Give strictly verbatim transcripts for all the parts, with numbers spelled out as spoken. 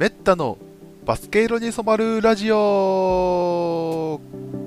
メッタのバスケ色に染まるラジオ。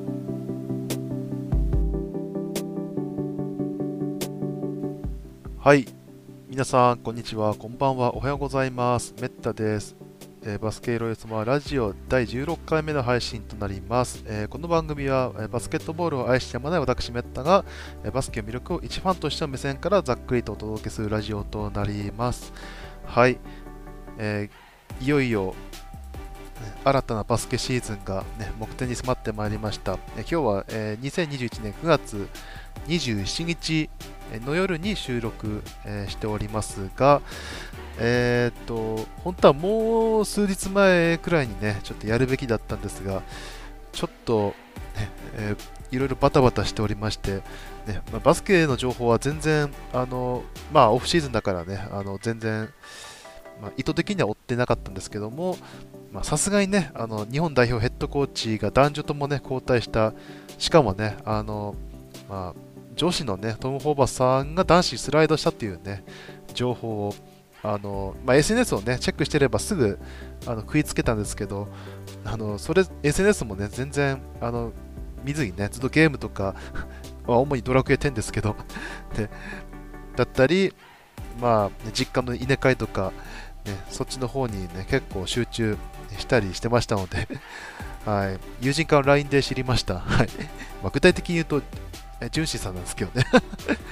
はい、皆さんこんにちは、こんばんは、おはようございます。メッタです。えーバスケ色に染まるラジオだいじゅうろっかいめの配信となります。えーこの番組は、えーバスケットボールを愛してやまない私メッタが、えーバスケの魅力を一ファンとしての目線からざっくりとお届けするラジオとなります。はい、えーいよいよ新たなバスケシーズンが、ね、目前に迫ってまいりました。え今日は、えーにせんにじゅういちねんくがつにじゅうしちにちの夜に収録、えーしておりますが、えーっと、本当はもう数日前くらいにね、ちょっとやるべきだったんですが、ちょっと、ねえーいろいろバタバタしておりまして、ねまあバスケの情報は全然、あのまあ、オフシーズンだからね、あの全然、まあ、意図的には追ってなかったんですけども、さすがにね、あの日本代表ヘッドコーチが男女ともね交代した、しかもね、あのまあ、女子のねトム・ホーバスさんが男子にスライドしたっていうね情報をあの、まあ、エスエヌエス をねチェックしてればすぐあの食いつけたんですけど、あのそれ エスエヌエス もね全然あの見ずにねずっとゲームとかまあ主にドラクエテンですけどでだったり、まあ、実家の稲刈りとか、ね、そっちの方にね結構集中したりしてましたのではい、友人から ライン で知りました。はい、まあ、具体的に言うと、えジュンシーさんなんですけどね。はい、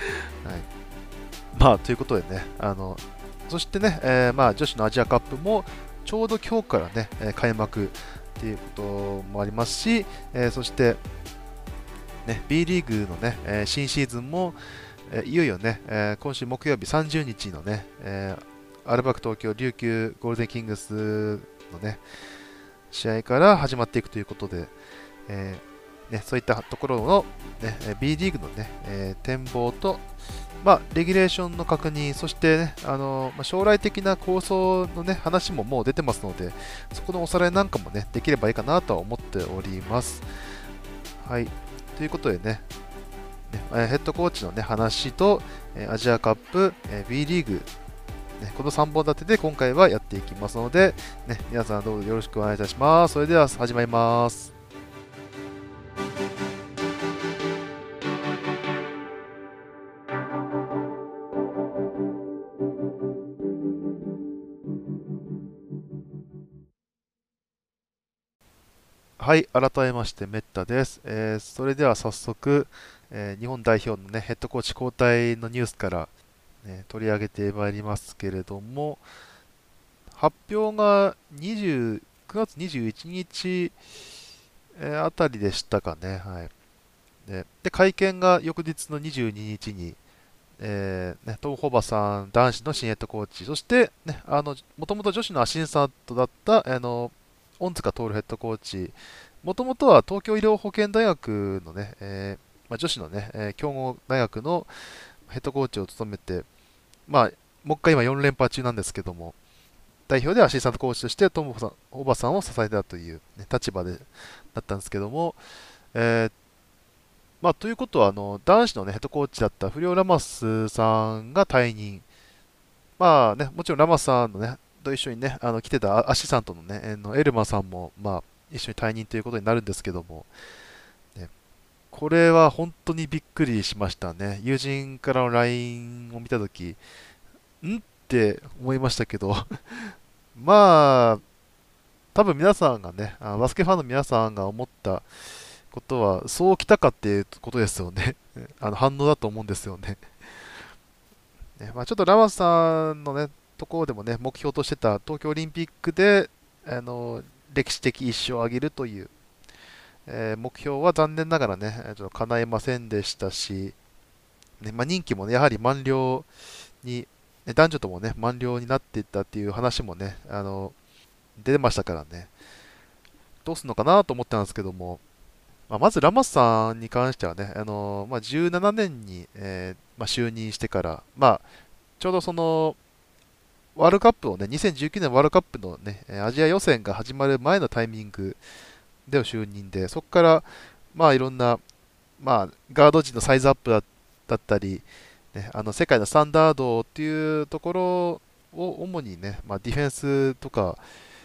まあ、ということでね、あのそしてね、えーまあ、女子のアジアカップもちょうど今日からね、えー開幕っていうこともありますし、えーそして、ね、B リーグのね、えー新シーズンも、えーいよいよね、えー今週木曜日さんじゅうにちのね、えーアルバルク東京琉球ゴールデンキングスのね、試合から始まっていくということで、えーね、そういったところの、ね、B リーグの、ねえー展望と、まあ、レギュレーションの確認、そして、ねあのまあ、将来的な構想の、ね、話ももう出てますので、そこのおさらいなんかも、ね、できればいいかなとは思っております。はい、ということでね、ねえヘッドコーチの、ね、話と、えーアジアカップ、えー B リーグ、ね、このさんぼん立てで今回はやっていきますので、ね、皆さんどうぞよろしくお願いいたします。それでは始まります。はい、改めましてメッタです。えーそれでは早速、えー日本代表の、ね、ヘッドコーチ交代のニュースから、ね、取り上げてまいりますけれども、発表がにじゅうくがつにじゅういちにち、えーあたりでしたかね。はい、で、で会見が翌日のにじゅうににちに、えーね、トム・ホーバスさん、男子の新ヘッドコーチ、そして、ね、あのもともと女子のアシスタントだったあの恩塚徹ヘッドコーチ、もともとは東京医療保険大学のね、えーまあ、女子のね、えー強豪大学のヘッドコーチを務めて、まあ、もう一回今よん連覇中なんですけども、代表でアシスタントコーチとしてトムさん、ホーバスさんを支えたという、ね、立場でだったんですけども、えーまあ、ということはあの男子の、ね、ヘッドコーチだったフリオ・ラマスさんが退任、まあね、もちろんラマスさんの、ね、と一緒に、ね、あの来てたアシスタントの,、ね、あのエルマさんも、まあ、一緒に退任ということになるんですけども、ね、これは本当にびっくりしましたね。友人からの ライン を見たとき、んって思いましたけど、まあ、多分皆さんがね、あバスケファンの皆さんが思ったことは、そうきたかっていうことですよね。あの反応だと思うんですよね。ねまあ、ちょっとラマスさんのね、ところでもね、目標としてた東京オリンピックで、あの歴史的一勝を挙げるという、えー目標は残念ながらね、ちょっと叶いませんでしたし、ねまあ、任期もね、やはり満了に、ね男女ともね、満了になっていったっていう話もね、あの出てましたからね、どうするのかなと思ったんですけども、まあ、まずラマスさんに関してはね、あのまあ、じゅうななねんに、えーまあ、就任してから、まあ、ちょうどそのワールドカップをね、にせんじゅうきゅうねんワールドカップのね、アジア予選が始まる前のタイミングでの就任で、そこから、まあ、いろんな、まあ、ガード陣のサイズアップだだったり、ね、あの世界のスタンダードっていうところを主にね、まあ、ディフェンスとか、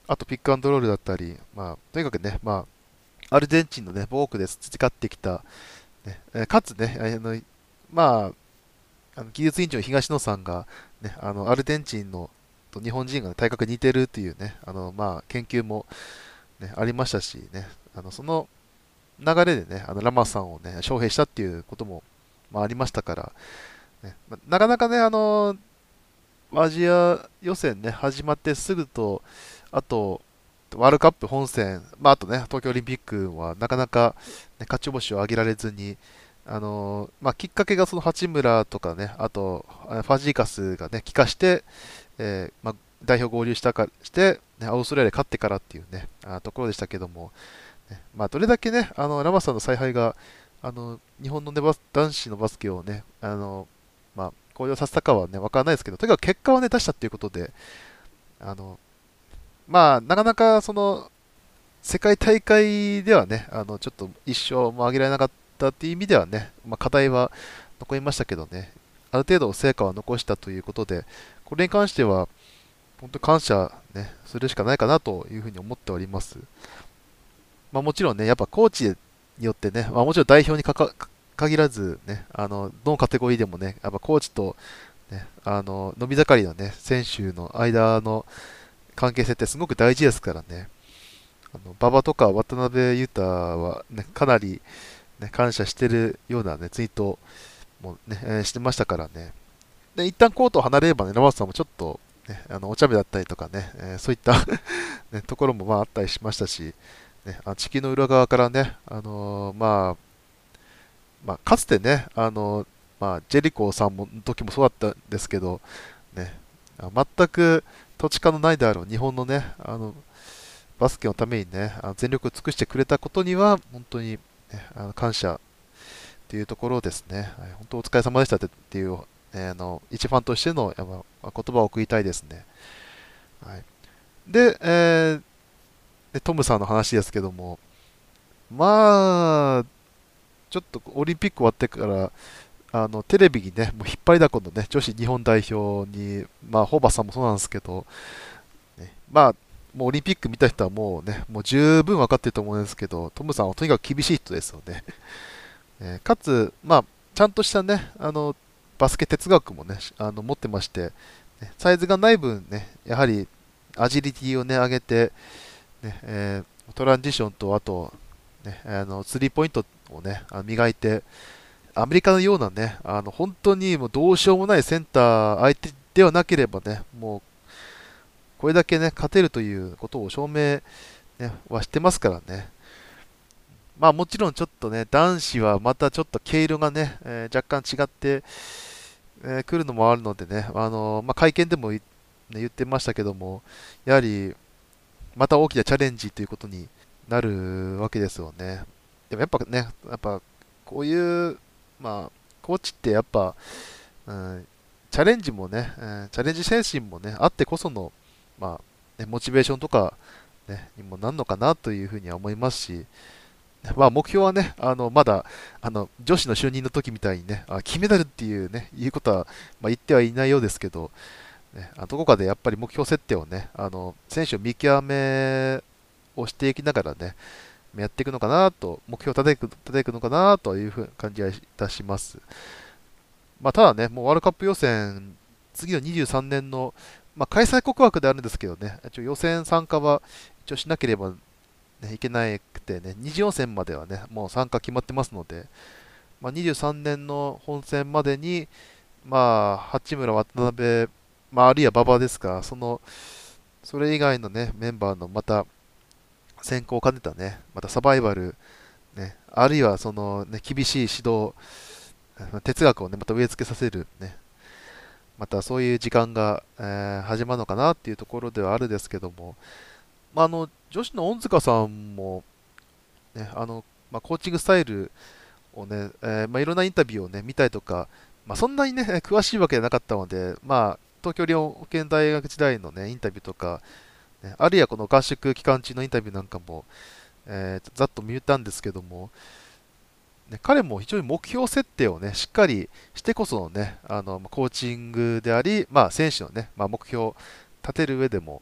あとピックアンドロールだったり、まあ、とにかくね、まあ、アルゼンチンのね、母国で培ってきた、ね、えーかつね、あのまあ、あの技術委員長の東野さんが、ね、あのアルゼンチンのと日本人が、ね、体格似てるっていうね、あのまあ、研究も、ね、ありましたしね、あのその流れでね、あのラマスさんをね、招聘したっていうことも、まあ、ありましたから、ね、まなかなかね、あのアジア予選ね、始まってすぐと、あと、ワールドカップ本戦、まあ、あとね、東京オリンピックはなかなか、ね、勝ち星を挙げられずに、あのーまあ、きっかけがその八村とかね、あとファジーカスがね、帰化して、えーまあ、代表合流したかして、ね、オーストラリアで勝ってからっていうね、あところでしたけども、ね、まあ、どれだけね、あのラマスさんの采配があの日本の、ね、バス男子のバスケをね、あのまあ、向上させたかはね、わからないですけど、とにかく結果をね、出したっていうことで、あのまあ、なかなかその世界大会ではね、あのちょっと一勝も挙げられなかったっていう意味ではね、まあ、課題は残りましたけどね、ある程度成果は残したということで、これに関しては本当感謝、ね、するしかないかなというふうに思っております。まあ、もちろんね、やっぱコーチによってね、まあ、もちろん代表にかか限らず、ね、あのどのカテゴリーでもね、やっぱコーチと、ね、あの伸び盛りの、ね、選手の間の関係性ってすごく大事ですからね、あの馬場とか渡辺裕太は、ね、かなり、ね、感謝してるような、ね、ツイートも、ねえーしてましたからね、で一旦コートを離れれば、ね、ラマスさんもちょっと、ね、あのお茶目だったりとかね、えーそういったね、ところもまああったりしましたし、ね、あの地球の裏側からね、あのーまあ、まあ、かつてね、あのーまあ、ジェリコさんもの時もそうだったんですけど、ね、あ全く土地勘のないであろう日本のね、あのバスケのためにね、あの全力を尽くしてくれたことには、本当に、ね、あの感謝というところですね。はい、本当お疲れ様でしたっていう、えーあの一ファンとしてのやっぱ言葉を送りたいですね。はい、で、えーで、トムさんの話ですけども、まあ、ちょっとオリンピック終わってから、あのテレビにね、もう引っ張りだこのね、女子日本代表に、まあ、ホーバスさんもそうなんですけど、ね、まあ、もうオリンピック見た人はもうね、もう十分分かってると思うんですけど、トムさんはとにかく厳しい人ですよね。えーかつ、まあ、ちゃんとしたね、あのバスケ哲学もね、あの持ってまして、ねサイズがない分ね、やはりアジリティをね、上げて、ねえートランジションと、あと、ね、あのスリーポイントをね、あの磨いて、アメリカのようなね、あの本当にもうどうしようもないセンター相手ではなければね、もうこれだけね、勝てるということを証明、ね、はしてますからね。まあもちろんちょっとね、男子はまたちょっと毛色がね、えー若干違ってく、えー来るのもあるのでね、あのまあ、会見でもい、ね、言ってましたけども、やはりまた大きなチャレンジということになるわけですよね。でもやっぱね、やっぱこういう、まあ、コーチってやっぱ、うん、チャレンジもね、うんチャレンジ精神もね、あってこその、まあ、ね、モチベーションとか、ね、にもなるのかなというふうには思いますし、まあ、目標はね、あのまだあの女子の就任の時みたいにね、あ金メダルっていうね、いうことは、まあ、言ってはいないようですけど、ね、あどこかでやっぱり目標設定をね、あの選手を見極めをしていきながらね、やっていくのかなと、目標を立てていく立てていくのかなというふうな感じがいたします。まあ、ただね、もうワールドカップ予選、次のにじゅうさんねんの、まあ、開催国枠であるんですけどね、一応予選参加は一応しなければ、ね、いけなくてね、二次予選まではね、もう参加決まってますので、まあ、にじゅうさんねんの本戦までに、まあ、八村、渡辺、まあ、あるいは馬場ですか、その、それ以外のね、メンバーのまた選考を兼ねたね、またサバイバル、ね、あるいはその、ね、厳しい指導、哲学をね、また植え付けさせる、ね、またそういう時間が、えー始まるのかなっていうところではあるですけども、まあ、あの女子の恩塚さんも、ね、あのまあ、コーチングスタイルをね、えーまあ、いろんなインタビューをね、見たりとか、まあ、そんなにね、詳しいわけじゃなかったので、まあ、東京理保健大学時代のね、インタビューとか、ね、あるいはこの合宿期間中のインタビューなんかも、えーざっと見たんですけども、ね、彼も非常に目標設定をね、しっかりしてこそのね、あの、まあコーチングであり、まあ、選手のね、まあ、目標を立てる上でも、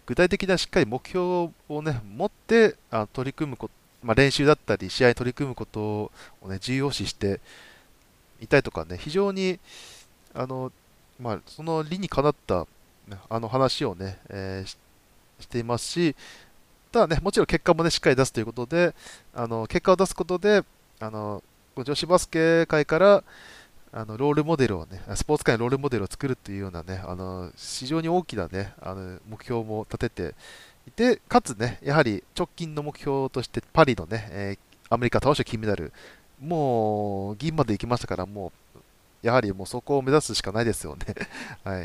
具体的なしっかり目標をね、持ってあ取り組むこと、まあ、練習だったり、試合に取り組むことをね、重要視していたりとかね、非常に、あの、まあ、その理にかなった、ねあの話をね、えーし、していますし、ただね、もちろん結果もね、しっかり出すということで、あの、結果を出すことで、あの、女子バスケ界からあのロールモデルをね、スポーツ界のロールモデルを作るというようなね、あの非常に大きなね、あの目標も立てていて、かつね、やはり直近の目標としてパリのね、えーアメリカ倒して金メダル、もう銀まで行きましたから、もうやはりもうそこを目指すしかないですよね。はい。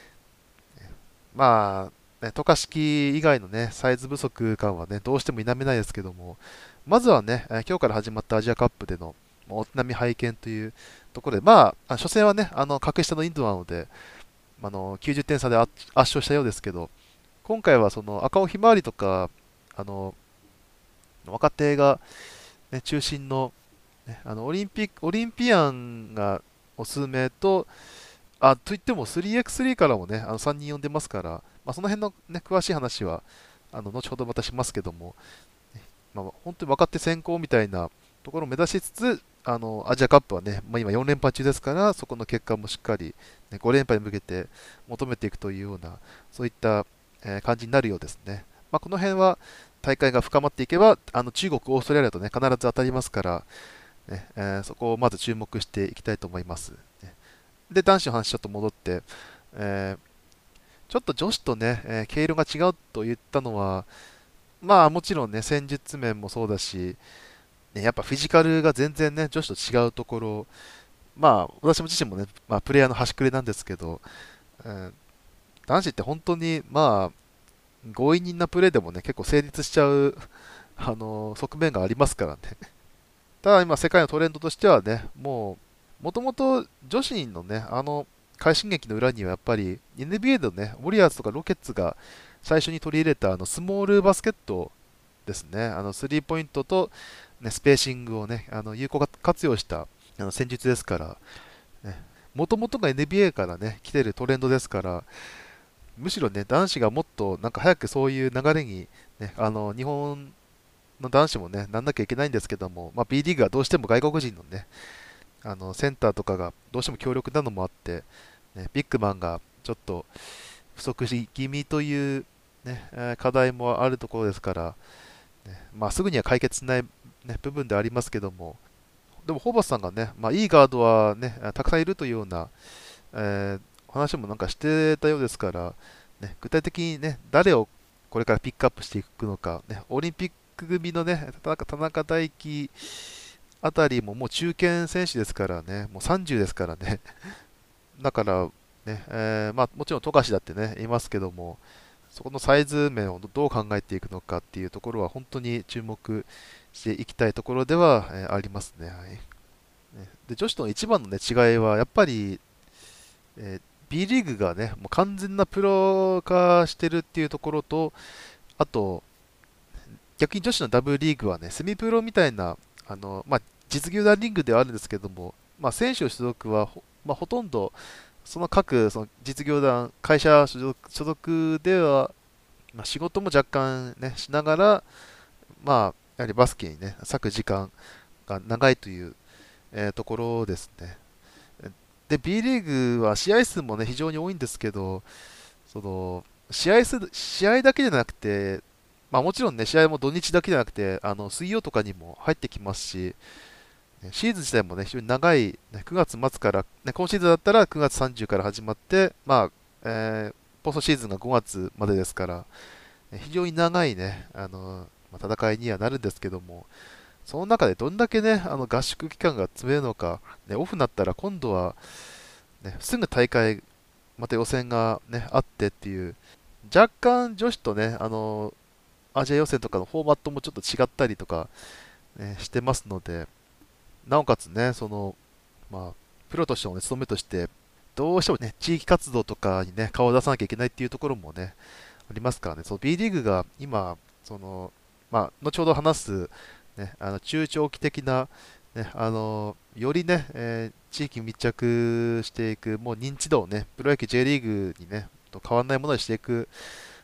まあ、ね、渡嘉敷以外のね、サイズ不足感はね、どうしても否めないですけども、まずはね、えー今日から始まったアジアカップでのまあお手並み拝見というところで、まあ、あ初戦はね、あの格下のインドなので、あのきゅうじゅってん差で圧圧勝したようですけど、今回はその赤尾ひまわりとか、あの若手が、ね、中心の、ね、あのオリンピック、オリンピアンがおすすめと、あといっても スリーエックススリー からもね、あのさんにん呼んでますから、まあ、その辺の、ね、詳しい話はあの後ほどまたしますけども、まあ、本当に若手先行みたいなところを目指しつつ、あのアジアカップはね、まあ、今よん連覇中ですから、そこの結果もしっかり、ね、ご連覇に向けて求めていくというような、そういった、えー感じになるようですね。まあ、この辺は大会が深まっていけば、あの中国、オーストラリアとね、必ず当たりますから、ねえーそこをまず注目していきたいと思います。ねで、男子の話ちょっと戻って、えーちょっと女子とね、えー毛色が違うと言ったのは、まあもちろんね、戦術面もそうだし、ね、やっぱフィジカルが全然ね、女子と違うところ、まあ私も自身もね、まあ、プレイヤーの端くれなんですけど、うん、男子って本当に、まあ、強引なプレーでもね、結構成立しちゃう、あの側面がありますからね。ただ今、世界のトレンドとしてはね、もう、もともと女子のね、あの快進撃の裏にはやっぱり エヌビーエー のね、ウォリアーズとかロケッツが最初に取り入れたあのスモールバスケットですね、あのスリーポイントと、ね、スペーシングをね、あの有効活用したあの戦術ですから、ね、もともとが エヌビーエー からね、来てるトレンドですから、むしろね、男子がもっとなんか早くそういう流れに、ね、あの日本の男子もね、なんなきゃいけないんですけども、まあ、B リーグはどうしても外国人のね、あのセンターとかがどうしても強力なのもあって、ね、ビッグマンがちょっと不足し気味という、ね、えー課題もあるところですから、ねまあ、すぐには解決しない、ね、部分ではありますけども、でもホーバスさんがね、まあ、いいガードは、ね、たくさんいるというような、えー話もなんかしてたようですから、ね、具体的に、ね、誰をこれからピックアップしていくのか、ね、オリンピック組の、ね、田中田中大輝あたりももう中堅選手ですからね、もうさんじゅうですからね、だから、ねえーまあ、もちろん富樫だってね、いますけども、そこのサイズ面をどう考えていくのかっていうところは本当に注目していきたいところでは、えーありますね。はい。ねで、女子との一番の、ね、違いは、やっぱり、えー B リーグがね、もう完全なプロ化してるっていうところと、あと、逆に女子の W リーグはね、セミプロみたいな、あの、まあ、実業団リーグではあるんですけども、まあ、選手の所属はほ、まあ、ほとんど、その各その実業団、会社所属所属では、まあ、仕事も若干ね、しながら、まあ、やはりバスケにね、割く時間が長いという、えーところですね。で、B リーグは試合数もね、非常に多いんですけど、その、試合数、試合だけじゃなくて、まあもちろんね、試合も土日だけじゃなくて、あの、水曜とかにも入ってきますし、ねシーズン自体もね、非常に長い、ね、くがつ末から、ね、今シーズンだったらくがつさんじゅうから始まって、まあ、えーポストシーズンがごがつまでですから、ね非常に長いね、あの、まあ、戦いにはなるんですけども、その中でどんだけね、あの合宿期間が詰めるのか、ね、オフになったら今度は、ね、すぐ大会、また予選が、ね、あってっていう、若干女子とね、あのアジア予選とかのフォーマットもちょっと違ったりとか、ね、してますので、なおかつね、その、まあ、プロとしての、ね、務めとして、どうしてもね、地域活動とかにね、顔を出さなきゃいけないっていうところもね、ありますからね、その B リーグが今、その、まあ、後ほど話す、ね、あの中長期的な、ね、あのよりね、えー地域密着していく、もう認知度をね、プロ野球 J リーグにね、と変わらないものにしていく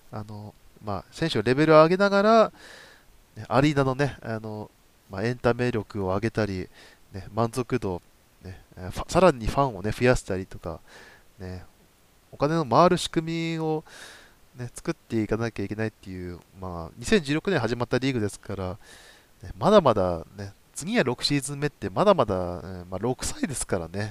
あの、まあ、選手のレベルを上げながら、ねアリーナのね、あの、まあ、エンタメ力を上げたり、ね、満足度、ね、えーファさらにファンをね、増やしたりとか、ね、お金の回る仕組みを、ね、作っていかなきゃいけないっていう、まあ、にせんじゅうろくねん始まったリーグですから、ね、まだまだ、ね、次はろくシーズン目ってまだまだ、えーまあ、ろくさいですからね。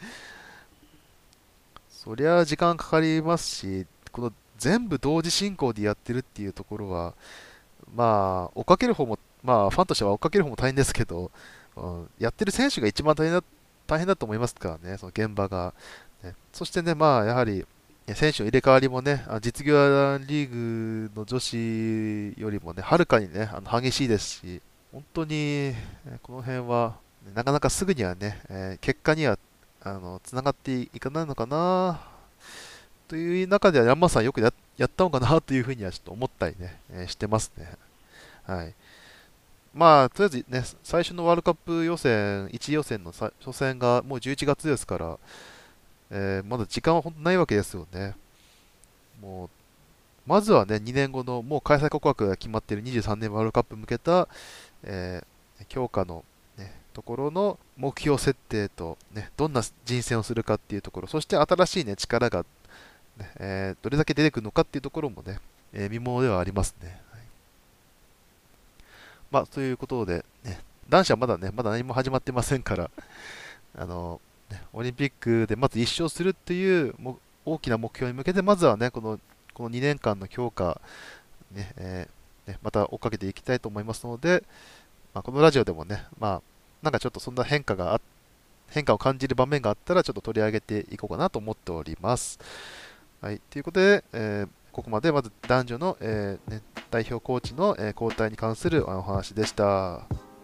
そりゃ時間かかりますし、この全部同時進行でやってるっていうところは、まあ、追っかける方も、まあ、ファンとしては追っかける方も大変ですけど、うん、やってる選手が一番大変だ、大変だと思いますからね、その現場が。ね、そしてね、まあ、やはり、ね選手の入れ替わりもね、あ実業団リーグの女子よりもね、はるかにね、あの激しいですし、本当に、えこの辺は、なかなかすぐにはね、えー結果にはあのつながっていかないのかなという中では、山さんよくや、やったのかなというふうにはちょっと思ったりね、えーしてますね。はい。まあ、とりあえずね、最初のワールドカップ予選、いち予選のさ初戦がもうじゅういちがつですから、えーまだ時間は本当ないわけですよね。もう、まずはね、にねんごのもう開催国枠が決まっているにじゅうさんねんワールドカップに向けた、えー強化の、ね、ところの目標設定と、ね、どんな人選をするかっていうところ、そして新しい、ね、力が、ねえーどれだけ出てくるのかっていうところもね、えー見ものではありますね。はい、まあ、ということで、ね、男子はまだね、まだ何も始まってませんから、あのね、オリンピックでまずいっ勝するっていうも大きな目標に向けて、まずはね、この、このにねんかんの強化、ねえーね、また追っかけていきたいと思いますので、まあ、このラジオでもね、まあ、なんかちょっとそんな変化があ変化を感じる場面があったら、ちょっと取り上げていこうかなと思っております。はい、ということで、えーここまでまず男女の、えーね、代表コーチの、えー交代に関するお話でした。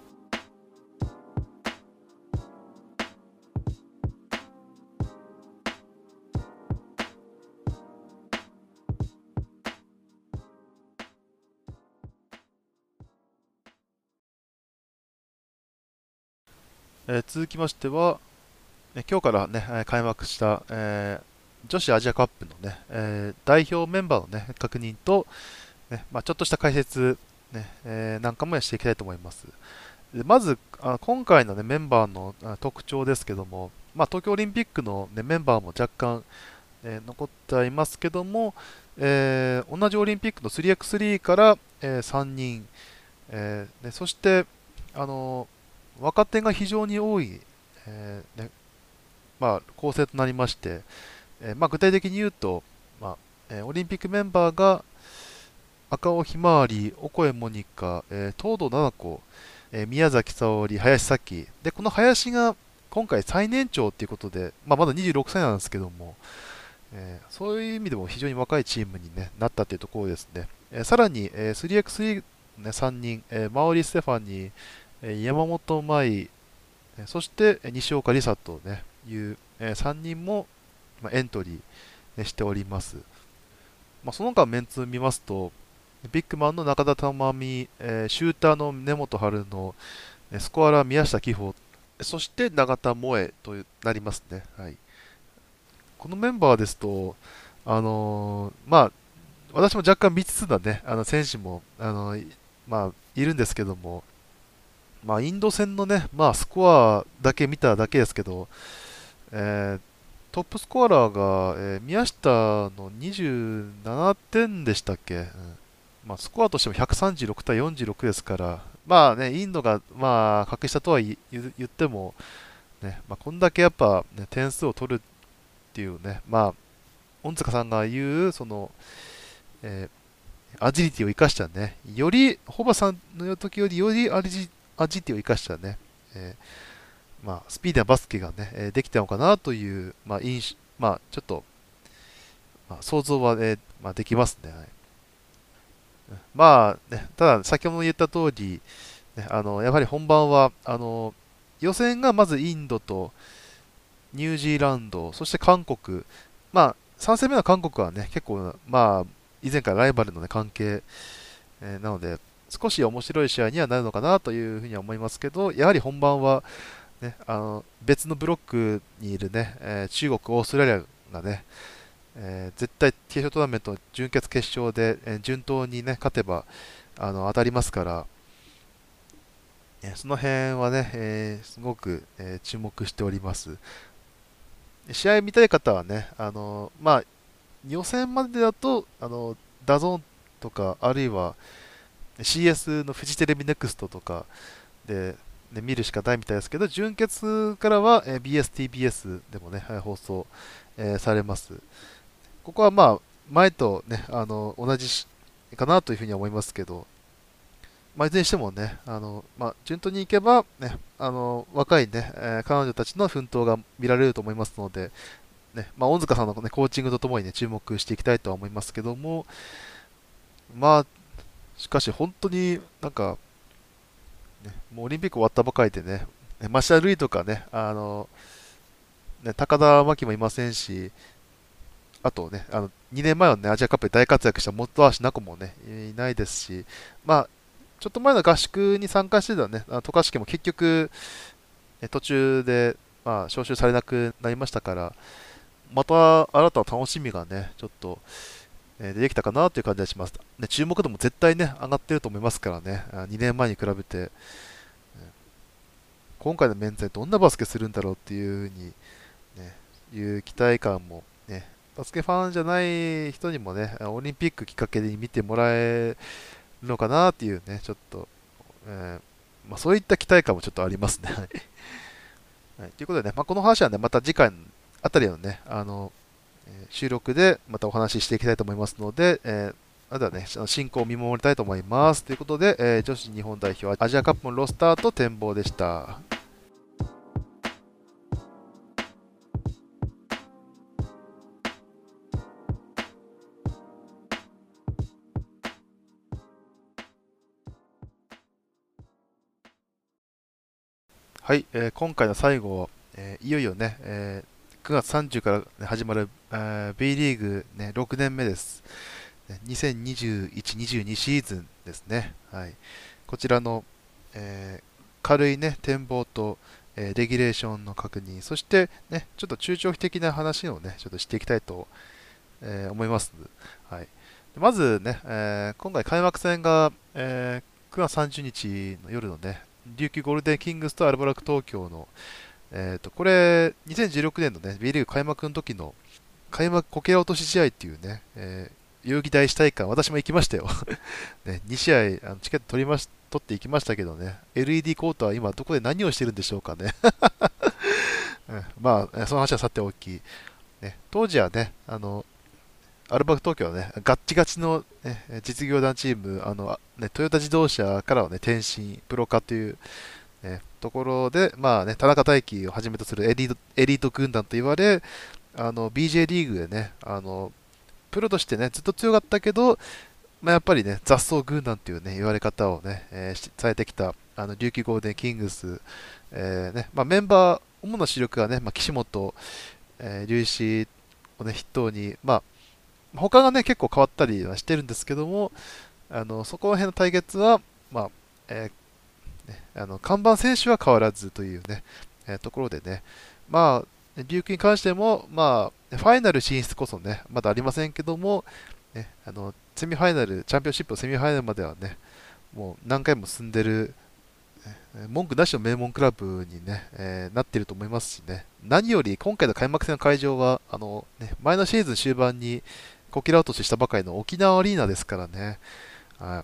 えー続きましては、え今日からね、えー開幕した、えー女子アジアカップのね、えー代表メンバーのね、確認と、ね、まあ、ちょっとした解説、ね、えーなんかもしていきたいと思います。でまず、あ今回の、ね、メンバーのあ特徴ですけども、まあ、東京オリンピックの、ね、メンバーも若干、えー残ってはいますけども、えー同じオリンピックの スリーアイエックススリー から、えーさんにん、えーね、そして、あのー若手が非常に多い、えーねまあ、構成となりまして、えーまあ、具体的に言うと、まあえーオリンピックメンバーが赤尾ひまわり、オコエモニカ、えー東堂七子、えー宮崎沙織、林咲希。で、この林が今回最年長っていうことで、まあ、まだにじゅうろくさいなんですけども、えーそういう意味でも非常に若いチームに、ね、なったというところですね。えーさらに、えー スリーアイエックススリー、ね、さんにん、えーマオリ・ステファニー、えー山本舞、えーそしてえー西岡里紗と、ね、いう、えーさんにんも、まあ、エントリー、ねしております。まあ、その他メンツ見ますと、ビッグマンの中田珠美、えーシューターの根本春の、えースコアラー宮下紀穂、そして永田萌えとなりますね。はい、このメンバーですと、あのーまあ、私も若干未知数なね、あの選手も、あのいまあ、いるんですけども、まあ、インド戦のね、まあ、スコアだけ見ただけですけど、えートップスコアラーが、えー宮下のにじゅうななてんでしたっけ、うんまあ、スコアとしてもひゃくさんじゅうろく対よんじゅうろくですから、まあね、インドが、まあ、格下とは言言言っても、ねまあ、こんだけやっぱ、ね、点数を取るっていうね、まあ、恩塚さんが言う、その、えーアジリティを生かしたね、より、ホバさんの言う時より、よりアジアジリティを生かしたね、えーまあ、スピーディーなバスケがね、えーできたのかなという、まあ、印象まあ、ちょっと、まあ、想像は、ねまあ、できますね。はい、まあ、ね、ただ、先ほど言った通り、ね、あの、やはり本番は、あの、予選がまずインドとニュージーランド、そして韓国、まあ、さん戦目の韓国はね、結構、まあ、以前からライバルの、ね、関係、えーなので、少し面白い試合にはなるのかなというふうには思いますけど、やはり本番は、ね、あの別のブロックにいるね、えー中国、オーストラリアがね、 えー絶対決勝トーナメント準決決勝で、えー順当にね、勝てばあの当たりますから、えーその辺はね、えーすごく、えー注目しております。試合見たい方はね、あのまあ、予選までだと、あのダゾーンとか、あるいは シーエス のフジテレビネクストとかで、ね、見るしかないみたいですけど、準決からは、えー ビーエスティービーエス でもね、はい放送、えーされます。ここはまあ、前とね、あの同じしかなというふうには思いますけど、まあ、いずれにしてもね、あのまあ、順当にいけば、ね、あの若い、ねえー彼女たちの奮闘が見られると思いますので、ねまあ、恩塚さんの、ね、コーチングとともに、ね、注目していきたいとは思いますけども、まあ、しかし本当になんか、ね、もうオリンピック終わったばかりでね、ねマシャルイとかね、あのね高田真希もいませんし、あとね、あのにねんまえの、ね、アジアカップで大活躍した本橋菜子もね、いないですし、まあ、ちょっと前の合宿に参加してたね、あの渡嘉敷も結局、え途中で、まあ、招集されなくなりましたから、また新たな楽しみがね、ちょっと、えー出てきたかなという感じがします。ね、注目度も絶対ね、上がってると思いますからね、あにねんまえに比べて、今回のメンツでどんなバスケするんだろうっていうふうに、ね、いう期待感も、ね、バスケファンじゃない人にもね、オリンピックきっかけに見てもらえるのかなっていうね、ちょっと、えーまあ、そういった期待感もちょっとありますね。はい、ということでね、まあ、この話はね、また次回あたりのね、あの、えー収録でまたお話ししていきたいと思いますので、えーまだね、進行を見守りたいと思います。ということで、えー女子日本代表アジアカップのロスターと展望でした。はい、えー今回の最後、えーいよいよね、えーくがつさんじゅうからね始まる、えー B リーグ、ね、ろくねんめです。ねにせんにじゅういち、にじゅうにシーズンですね。はい、こちらの、えー軽い、ね、展望と、えーレギュレーションの確認、そして、ね、ちょっと中長期的な話をね、ちょっとしていきたいと、えー思います。はい、まずね、えー今回開幕戦が、えーくがつさんじゅうにちの夜のね、琉球ゴールデンキングスとアルバルク東京の、えーと、これ、にせんじゅうろくねんのね、B リーグ開幕の時の開幕こけら落とし試合っていうね、えー代々木第一体育館、私も行きましたよ。ね、に試合、あのチケット取りまし、取っていきましたけどね、エルイーディー コートは今どこで何をしてるんでしょうかね。うん、まあ、その話はさておき、ね、当時はね、あの、アルバルク東京はね、ガッチガチの、ね、実業団チーム、あの、あね、トヨタ自動車からはね、転身、プロ化というね、ところで、まあね、田中大輝をはじめとするエリート、エリート軍団と言われ、あの ビージェー リーグでね、あのプロとしてね、ずっと強かったけど、まあ、やっぱりね、雑草軍団っていうね、言われ方をね、えーしされてきた、あの琉球ゴールデンキングス、えーね、まあ、メンバー、主な主力はね、まあ、岸本、えー、龍石をね、筆頭に、まあ、他がね、結構変わったりはしてるんですけども、あのそこら辺の対決は、まあ、えーね、あの看板選手は変わらずというね、えーところでね、まあ、琉球に関しても、まあ、ファイナル進出こそね、まだありませんけども、ね、あのセミファイナル、チャンピオンシップのセミファイナルまではね、もう何回も進んでる、ね文句なしの名門クラブに、ねえーなっていると思いますしね、何より今回の開幕戦の会場は、あのね、前のシーズン終盤にこけら落とししたばかりの沖縄アリーナですからね、はい、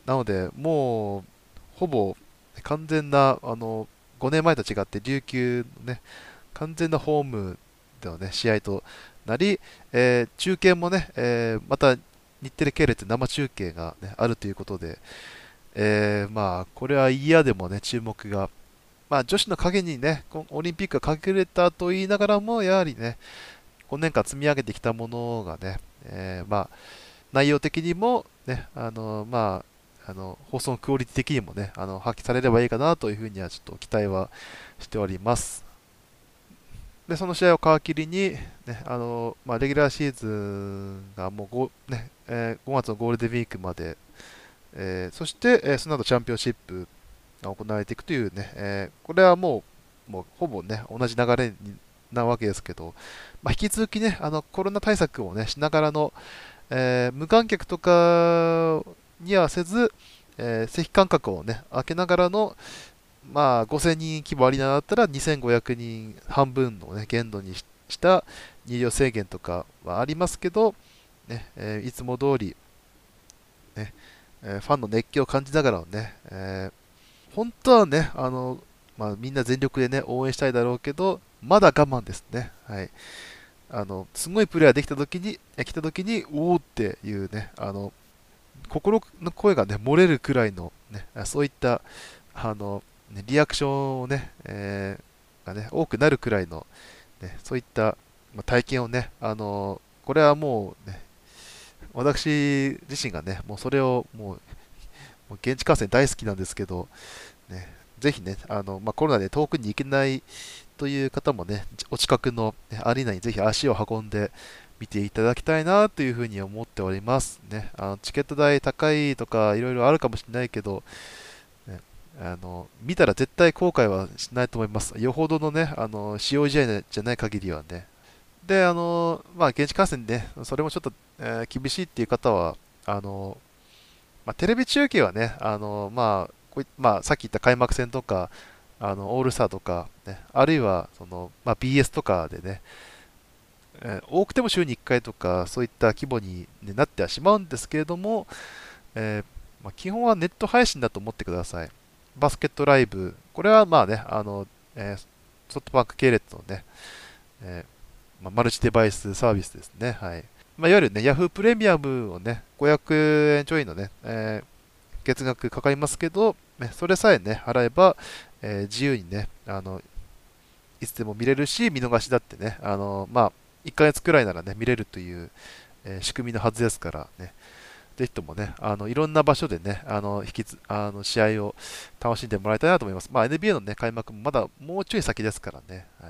なので、もうほぼ完全なあのごねんまえと違って琉球のね完全なホームでの、ね、試合となり、えー中継もね、えーまた日テレ系列生中継が、ね、あるということで、えーまあこれは嫌でもね注目が、まあ、女子の陰にねこオリンピックが隠れたと言いながらもやはりねごねんかん積み上げてきたものがね、えーまあ内容的にもねあのまああの放送のクオリティ的にもねあの発揮されればいいかなというふうにはちょっと期待はしております。で、その試合を皮切りに、ね、あのまあ、レギュラーシーズンがもう ご,、ねえーごがつのゴールデンウィークまで、えーそして、えーその後チャンピオンシップが行われていくというね、えーこれはもう、もうほぼね、同じ流れになわけですけど、まあ、引き続きね、あのコロナ対策をね、しながらの、えー無観客とかにはせず、えー席間隔をね、空けながらの、まあ、ごせんにん規模アリーナだったらにせんごひゃくにん半分の、ね、限度にしした入場制限とかはありますけど、ねえーいつも通り、ねえーファンの熱狂を感じながらのね、えー本当はね、あのまあ、みんな全力でね、応援したいだろうけど、まだ我慢ですね。はい。あの、すごいプレーができた時に、え来た時に、おおっていうね、あの、心の声がね、漏れるくらいの、ね、そういった、あの、ねリアクションをね、えーがね、多くなるくらいの、ね、そういった、まあ、体験をね、あの、これはもうね、私自身がね、もうそれをもう、もう現地観戦大好きなんですけど、ね、ぜひね、あのまあ、コロナで遠くに行けないという方もね、お近くの、ね、アリーナにぜひ足を運んで見ていただきたいなというふうに思っております。ね、あのチケット代高いとかいろいろあるかもしれないけど、ね、あの見たら絶対後悔はしないと思います。よほどのね、あの使用試合じゃない限りはね。で、あのまあ、現地観戦で、ね、それもちょっと、えー厳しいっていう方は、あのまあ、テレビ中継はね、あのまあこういまあ、さっき言った開幕戦とか、あのオールスターとか、ね、あるいはその、まあ、ビーエス とかでね、えー多くても週にいっかいとか、そういった規模に、ねなってはしまうんですけれども、えーまあ、基本はネット配信だと思ってください。バスケットライブ、これはまあね、あのえーソフトバンク系列のね、えーまあ、マルチデバイスサービスですね。はい。まあ、いわゆるね、Yahoo プレミアムをね、ごひゃくえんちょいのね、えー月額かかりますけど、ね、それさえね、払えば、えー自由にね、あの、いつでも見れるし、見逃しだってね、あの、まあ、いっかげつくらいならね、見れるという、えー仕組みのはずですからね、ぜひともね、あの、いろんな場所でね、あの、引きつ、あの、試合を楽しんでもらいたいなと思います。まあ、エヌビーエー のね、開幕もまだもうちょい先ですからね、はい。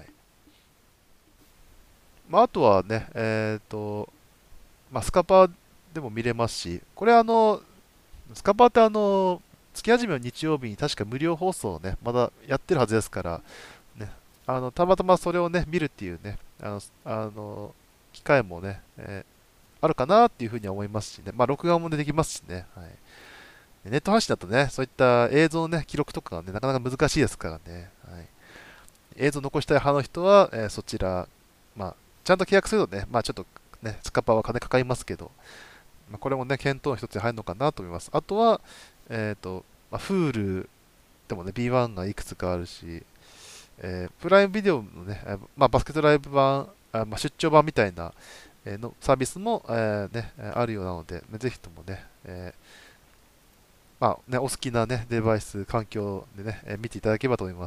まあ、あとはね、えっと、まあ、スカパーでも見れますし、これあの、スカパーってあの、月始めの日曜日に確か無料放送をね、まだやってるはずですから、ね、あの、たまたまそれをね、見るっていうね、あの、あの機会もね、えーあるかなっていうふうには思いますしね、まあ、録画も、ね、できますしね、はい。ネット配信だとね、そういった映像のね、記録とかがね、なかなか難しいですからね、はい。映像残したい派の人は、えーそちら、まあ、ちゃんと契約するとね、まあ、ちょっとね、スカパーは金かかりますけど、まあ、これもね、検討の一つに入るのかなと思います。あとは、えっ、と、まあ、Hulu でもね、ビーワン がいくつかあるし、えープライムビデオのね、えーまあ、バスケットライブ版、あまあ、出張版みたいな、えーのサービスも、えーね、えーあるようなので、ぜひともね、えーまあね、お好きな、ね、デバイス、環境でね、えー見ていただければと思います。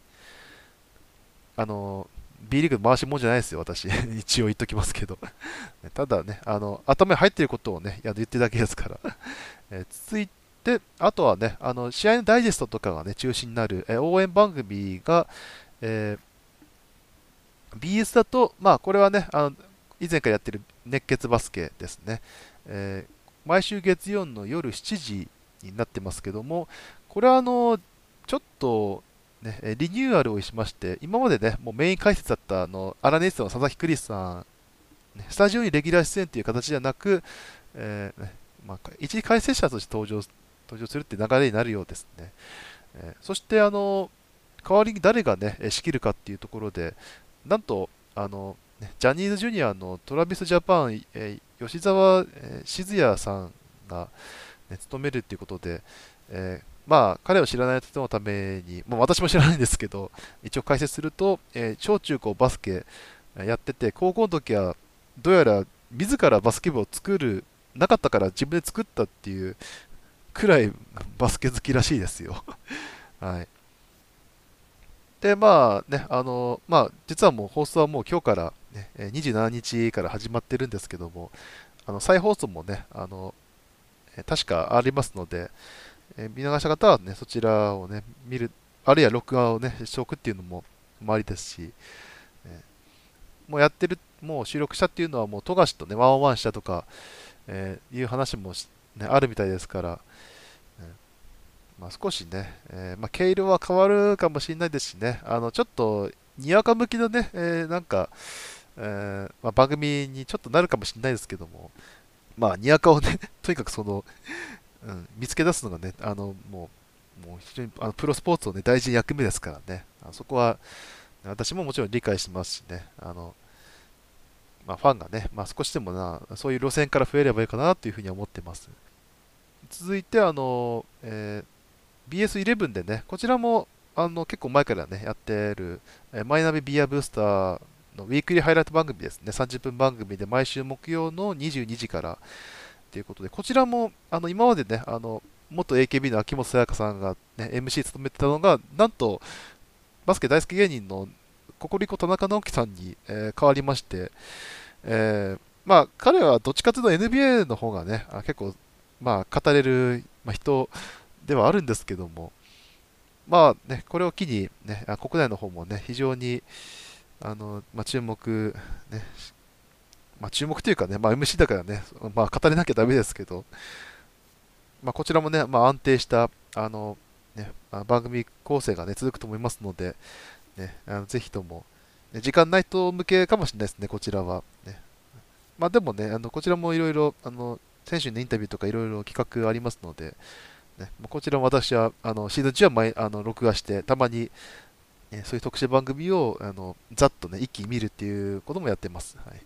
あの B リーグ回しもんじゃないですよ、私。一応言っときますけど。ただね、あの頭に入っていることをね、や言ってるだけですから。えー続いて、あとはね、あの試合のダイジェストとかがね、中心になる、えー応援番組が、えー ビーエス だと、まあ、これはね、あの以前からやってる熱血バスケですね。えー毎週月曜の夜しちじになってますけども、これはあの、ちょっと、ね、えーリニューアルをしまして、今までね、もうメイン解説だったあのアラネストの佐々木クリスさん、ねスタジオにレギュラー出演という形ではなく、えーねまあ、一時解説者として登場登場するって流れになるようですね。えーそしてあの代わりに誰がね、えー仕切るかっていうところで、なんと、あの、ねジャニーズジュニアのトラビスジャパン、えー吉沢、えー静也さんが、ね、務めるっていうことで、えーまあ、彼を知らない人のために、まあ、私も知らないんですけど、一応解説すると、えー小中高バスケえーやってて、高校の時はどうやら自らバスケ部を作る、なかったから自分で作ったっていうくらいバスケ好きらしいですよ。はい。で、まあね、あの、まあ、実はもう放送はもう今日から、ね、えーにじゅうしちにちから始まってるんですけども、あの再放送もね、あの、えー確かありますので、えー見逃した方はね、そちらをね、見る、あるいは録画をね、しておくっていうのもありですし、えーもうやってる、もう収録したっていうのはもう富樫とね、ワンオンワンしたとか、えーいう話もしね、あるみたいですから、ねまあ、少しね、えーまあ、毛色は変わるかもしれないですしね、あのちょっとにわか向きのね、えーなんか、えーまあ、番組にちょっとなるかもしれないですけども、まあ、にわかをね、とにかくその、うん、見つけ出すのがね、あの、もう、もう非常にあのプロスポーツをね、大事な役目ですからね、あそこは私ももちろん理解しますしね、あの、まあ、ファンがね、まあ、少しでもな、そういう路線から増えればいいかなというふうに思ってます。続いて、あの、えー ビーエスイレブン でね、こちらもあの結構前からね、やってる、えーマイナビビアブースターのウィークリーハイライト番組ですね、さんじゅっぷん番組で毎週木曜のにじゅうにじからということで、こちらもあの今までね、あの元 エーケービー の秋元才加さんが、ね、エムシー 務めてたのが、なんとバスケ大好き芸人のココリコ田中直樹さんに、えー変わりまして、えーまあ、彼はどっちかというと エヌビーエー の方がね、あ結構、まあ、語れる、まあ、人ではあるんですけども、まあね、これを機に、ね、あ国内の方もね、非常にあの、まあ、注目、ね、まあ、注目というかね、まあ、エムシー だからね、まあ、語れなきゃダメですけど、まあ、こちらもね、まあ、安定したあの、ね、あ番組構成が、ね、続くと思いますので、ね、あのぜひとも、ね時間ない人向けかもしれないですね、こちらは。ね、まあ、でもね、あのこちらもいろいろ、あの選手のインタビューとかいろいろ企画ありますので、ね、まあこちらも私はあのシーズン中は毎あの録画して、たまにえーそういう特集番組をあのざっとね、一気に見るっていうこともやってます。はい、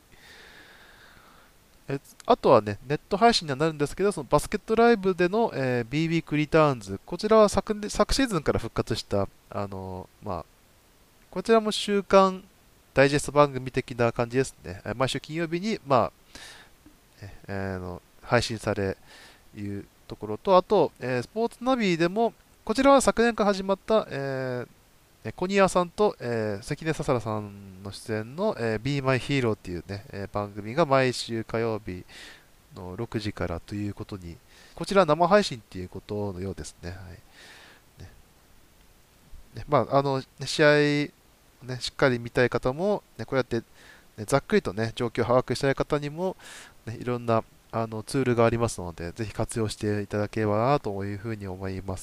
えあとはね、ネット配信にはなるんですけど、そのバスケットライブでの、えー、B ウィークリターンズ、こちらは昨年昨シーズンから復活した、あのまあ、こちらも週刊ダイジェスト番組的な感じですね。えー毎週金曜日に、まあええーあの配信されいうところと、あと、えースポーツナビでも、こちらは昨年から始まった、えーえ小宮さんと、えー関根ささらさんの出演の、えー、Be My Hero っていうね、えー番組が毎週火曜日のろくじからということに、こちらは生配信っていうことのようですね。はいねねまあ、あの、ね試合、ね、しっかり見たい方も、ね、こうやって、ね、ざっくりとね、状況を把握したい方にも、ね、いろんなあのツールがありますので、ぜひ活用していただければなというふうに思います。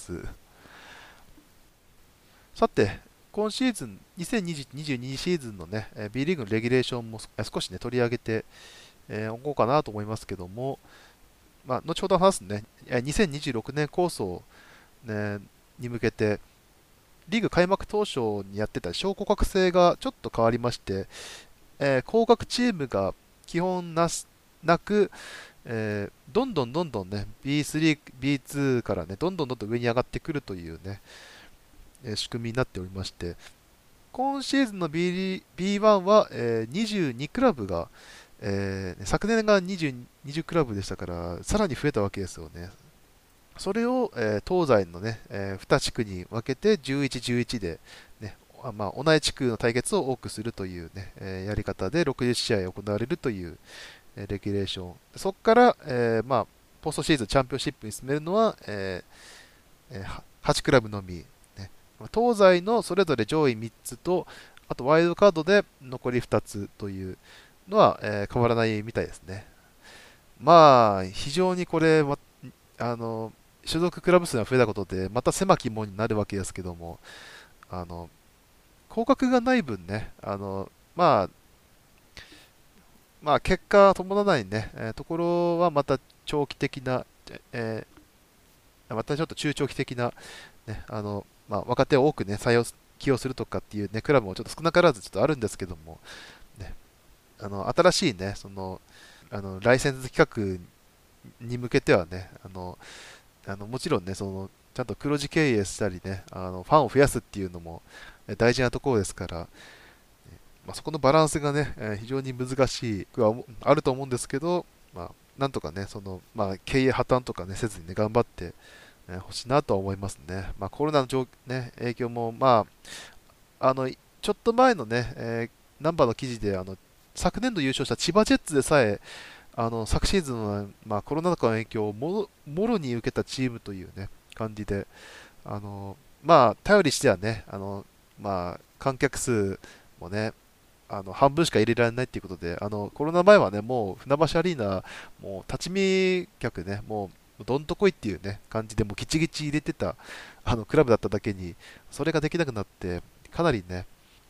さて、今シーズン、にせんにじゅうに、にじゅうにシーズンのね、えー B リーグのレギュレーションも少しね、取り上げてえーおこうかなと思いますけども、まあ、後ほど話すね、えーにせんにじゅうろくねん構想、ね、に向けて、リーグ開幕当初にやってた昇降格制がちょっと変わりまして、えー降格チームが基本なしなく、えーどんどんどんどんね、ビースリー、ビーツー からね、どんどんどんどん上に上がってくるというね、えー仕組みになっておりまして、今シーズンの B リー ビーワン は、えーにじゅうにクラブが、えー昨年がにじゅう、にじゅうクラブでしたから、さらに増えたわけですよね。それを、えー東西のね、えに地区に分けてじゅういち、じゅういちで、ね、あまあ、同じ地区の対決を多くするというね、えーやり方でろくじゅっ試合行われるという、えーレギュレーション。そこから、えーまあ、ポストシーズンチャンピオンシップに進めるのは、えーえーははちクラブのみ、ね。東西のそれぞれ上位みっつと、あとワイルドカードで残りふたつというのは、えー変わらないみたいですね。まあ、非常にこれは、あの、所属クラブ数が増えたことで、また狭き門になるわけですけども、あの、降格がない分ね、あの、まあ、まあ、結果伴わないね、えーところはまた長期的な、えーまたちょっと中長期的な、ね、あの、まあ、若手を多くね、採用、起用するとかっていうね、クラブもちょっと少なからずちょっとあるんですけども、ね、あの、新しいね、その、あの、ライセンス企画に向けてはね、あの、あのもちろんね、その、ちゃんと黒字経営したりね、あのファンを増やすっていうのもえ大事なところですから、まあ、そこのバランスがね、えー非常に難しいくは思あると思うんですけど、まあ、なんとかね、その、まあ、経営破綻とかね、せずにね、頑張ってえー欲しいなとは思いますね。まあ、コロナの状、ね、影響も、まあ、あの、ちょっと前のね、えーナンバーの記事で、あの、昨年度優勝した千葉ジェッツでさえ、あの昨シーズンは、まあ、コロナ禍の影響をもろもろに受けたチームという、ね、感じで、あのまあ、頼りしてはね、あのまあ、観客数もね、あの半分しか入れられないということで、あのコロナ前はね、もう船橋アリーナ、もう立ち見客ね、もうどんとこいっていう、ね、感じで、もうギチギチ入れてたあのクラブだっただけに、それができなくなって、かなりね、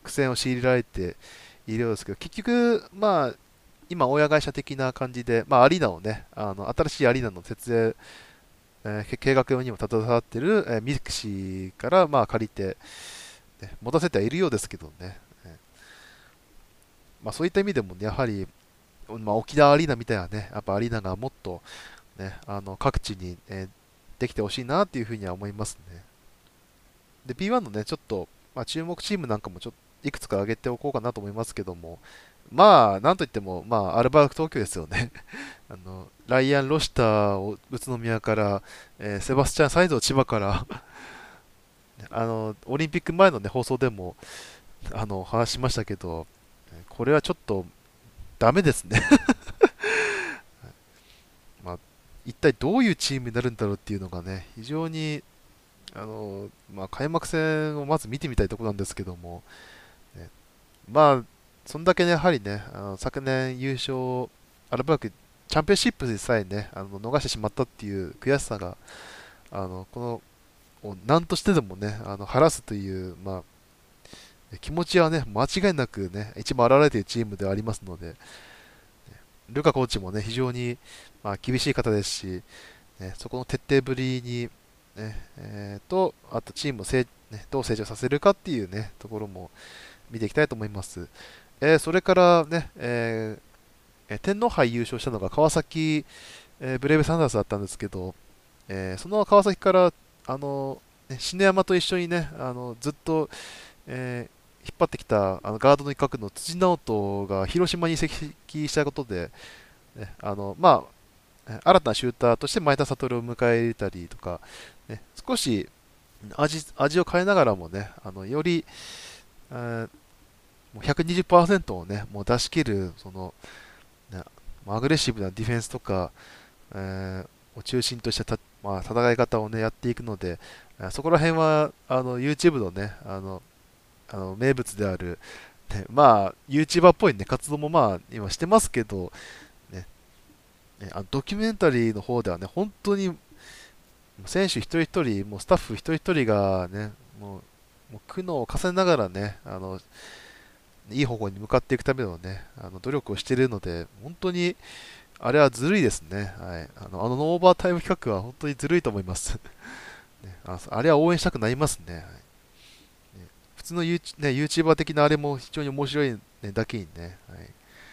苦戦を強いられているようですけど、結局、まあ、今、親会社的な感じで、まあ、アリーナをね、あの新しいアリーナの設営、えー計画にも携わっている、えーミクシーからまあ借りて、ね、持たせてはいるようですけどね、えーまあ、そういった意味でも、ね、やはり、まあ、沖縄アリーナみたいなね、やっぱアリーナがもっと、ね、あの各地に、えーできてほしいなっていうふうには思いますね。で、ビーワン のね、ちょっと、まあ、注目チームなんかもちょっといくつか挙げておこうかなと思いますけども、まあ、なんといっても、まあ、アルバルク東京ですよね。あのライアン・ロシターを宇都宮から、えーセバスチャン・サイズを千葉からあのオリンピック前の、ね、放送でもあの話しましたけど、これはちょっとダメですね。まあ、一体どういうチームになるんだろうっていうのがね、非常にあの、まあ、開幕戦をまず見てみたいところなんですけども、ね、まあ、そんだけね、やはりね、あの昨年優勝、アルバルクチャンピオンシップでさえね、あの逃してしまったっていう悔しさが、あのこのを何としてでもね、あの晴らすという、まあ、気持ちはね、間違いなくね、一番現れているチームではありますので、ルカコーチもね、非常に、まあ、厳しい方ですし、ね、そこの徹底ぶりに、ねえーと、あとチームをせい、ね、どう成長させるかっていうね、ところも見ていきたいと思います。えーそれからね、えーえー天皇杯優勝したのが川崎、えーブレイブサンダースだったんですけど、えーその川崎からあの、ね、篠山と一緒にね、あのずっと、えー引っ張ってきたあのガードの一角の辻直人が広島に移籍したことで、ね、あのまあ、え新たなシューターとして前田悟を迎え入れたりとか、ね、少し味味を変えながらもね、あのより、えーもうひゃくにじゅっパーセントを、ね、もう出し切るその、ね、アグレッシブなディフェンスとか、えーを中心としたた、まあ、戦い方を、ね、やっていくので、あそこら辺はあの YouTube のね、あのあの名物である、ね、まあ YouTuber っぽい、ね、活動もまあ今してますけど、ねね、あのドキュメンタリーの方ではね、本当に選手一人一人、もうスタッフ一人一人がね、もう、もう苦悩を重ねながらね、あのいい方向に向かっていくためのね、あの努力をしているので、本当にあれはずるいですね。はい、あのあのノーオーバータイム企画は本当にずるいと思います。ね、ああれは応援したくなりますね。はい、ね普通の、ユーチね、YouTuber 的なあれも非常に面白い、ね、だけにね。はい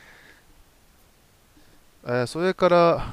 えーそれから、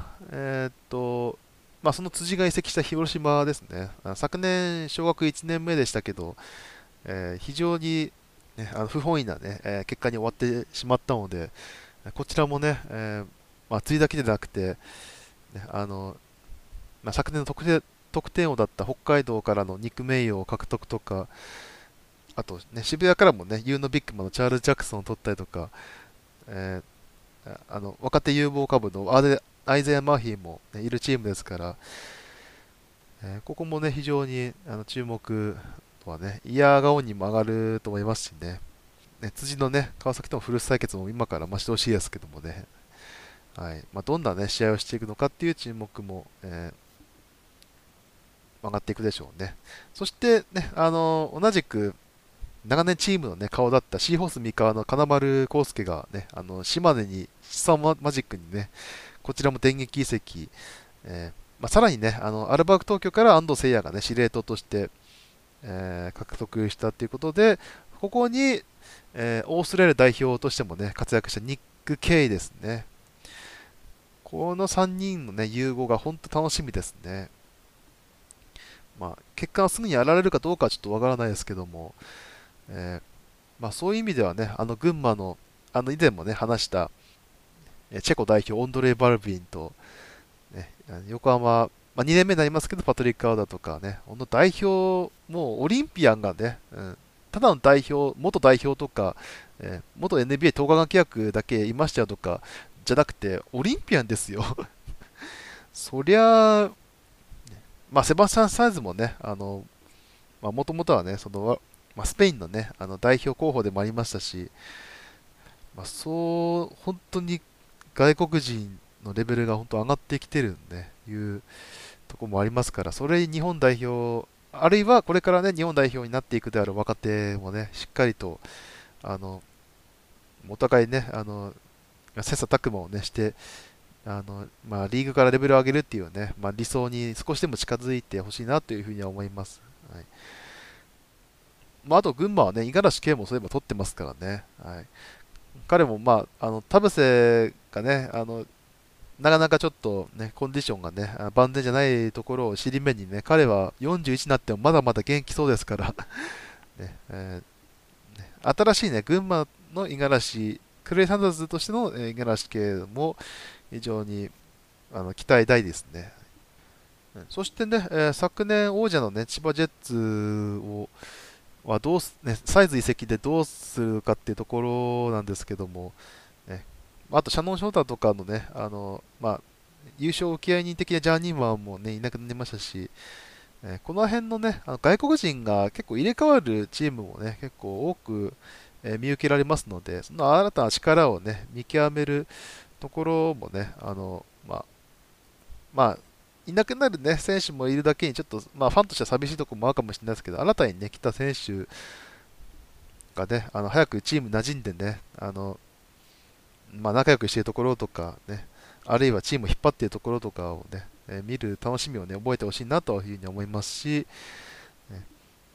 えーっと、まあ、その辻が移籍した広島ですね。あ昨年、小学いちねんめでしたけど、えー非常に、ね、あの不本意な、ねえー結果に終わってしまったので、こちらもね、えーまあ、辻だけでなくて、ねあのまあ、昨年の得点得点王だった北海道からのニック名誉を獲得とか、あと、ね、渋谷からもね、ユーノビッグマンのチャールズ・ジャクソンを取ったりとか、えーあの若手有望株のアーデアイゼン・マーフィーも、ね、いるチームですから、えーここもね、非常にあの注目とはね、イヤーがオンにも上がると思いますしね、ね辻のね、川崎とのフルス対決も今から待ち遠しいですけどもね、はいまあ、どんな、ね、試合をしていくのかっていう注目も、えー上がっていくでしょうね。そして、ね、あの同じく長年チームの、ね、顔だったシーホース三河の金丸康介が、ね、あの島根に、シソママジックにね、こちらも電撃移籍、えーまあ、さらにね、あのアルバルク東京から安藤誠也が、ね、司令塔として、えー獲得したということで、ここに、えーオーストラリア代表としても、ね、活躍したニック・ケイですね。このさんにんの、ね、融合が本当楽しみですね。まあ、結果はすぐにやられるかどうかはちょっとわからないですけども、えーまあ、そういう意味ではね、あの群馬の、あの以前もね、話した、えーチェコ代表、オンドレイ・バルビンと、ね、あの横浜、まあ、にねんめになりますけど、パトリック・アウダとかね、この代表、もうオリンピアンがね、うん、ただの代表、元代表とか、えー元 エヌビーエー とおかかん契約だけいましたよとか、じゃなくて、オリンピアンですよ。そりゃあ、まあ、セバスチャン・サイズもね、あの、もともとはね、その、まあ、スペインのね、あの代表候補でもありましたし、まあ、そう、本当に外国人のレベルが本当上がってきてるんで、いうところもありますから、それに日本代表、あるいはこれからね、日本代表になっていくである若手もね、しっかりとあのお互いね、あの切磋琢磨をねして、あのまあ、リーグからレベルを上げるっていうね、まあ、理想に少しでも近づいてほしいなというふうには思います。はい。まあ、あと群馬はね、五十嵐圭もそういえば取ってますからね。はい、彼も、まあ、あの田臥がね、あのなかなかちょっとね、コンディションがね、あ万全じゃないところを尻目にね、彼はよんじゅういちになってもまだまだ元気そうですからね、えーね、新しいね、群馬の五十嵐、クレイ・サンダーズとしてのえー五十嵐系も非常にあの期待大ですね。うん、そしてね、えー昨年王者のね、千葉ジェッツをはどうす、ね、サイズ移籍でどうするかっていうところなんですけども、ね、あとシャノン・ショーターとかのね、あのまあ、優勝請合人的なジャーニーマンも、ね、いなくなりましたし、えーこの辺のね、あの外国人が結構入れ替わるチームもね、結構多く、えー見受けられますので、その新たな力をね、見極めるところもね、あのまあ、まあ、いなくなる、ね、選手もいるだけに、ちょっと、まあ、ファンとしては寂しいところもあるかもしれないですけど、新たに、ね、来た選手がね、あの早くチーム馴染んでね、あのまあ、仲良くしているところとか、ね、あるいはチームを引っ張っているところとかをね、えー見る楽しみをね、覚えてほしいなというふうに思いますし、ね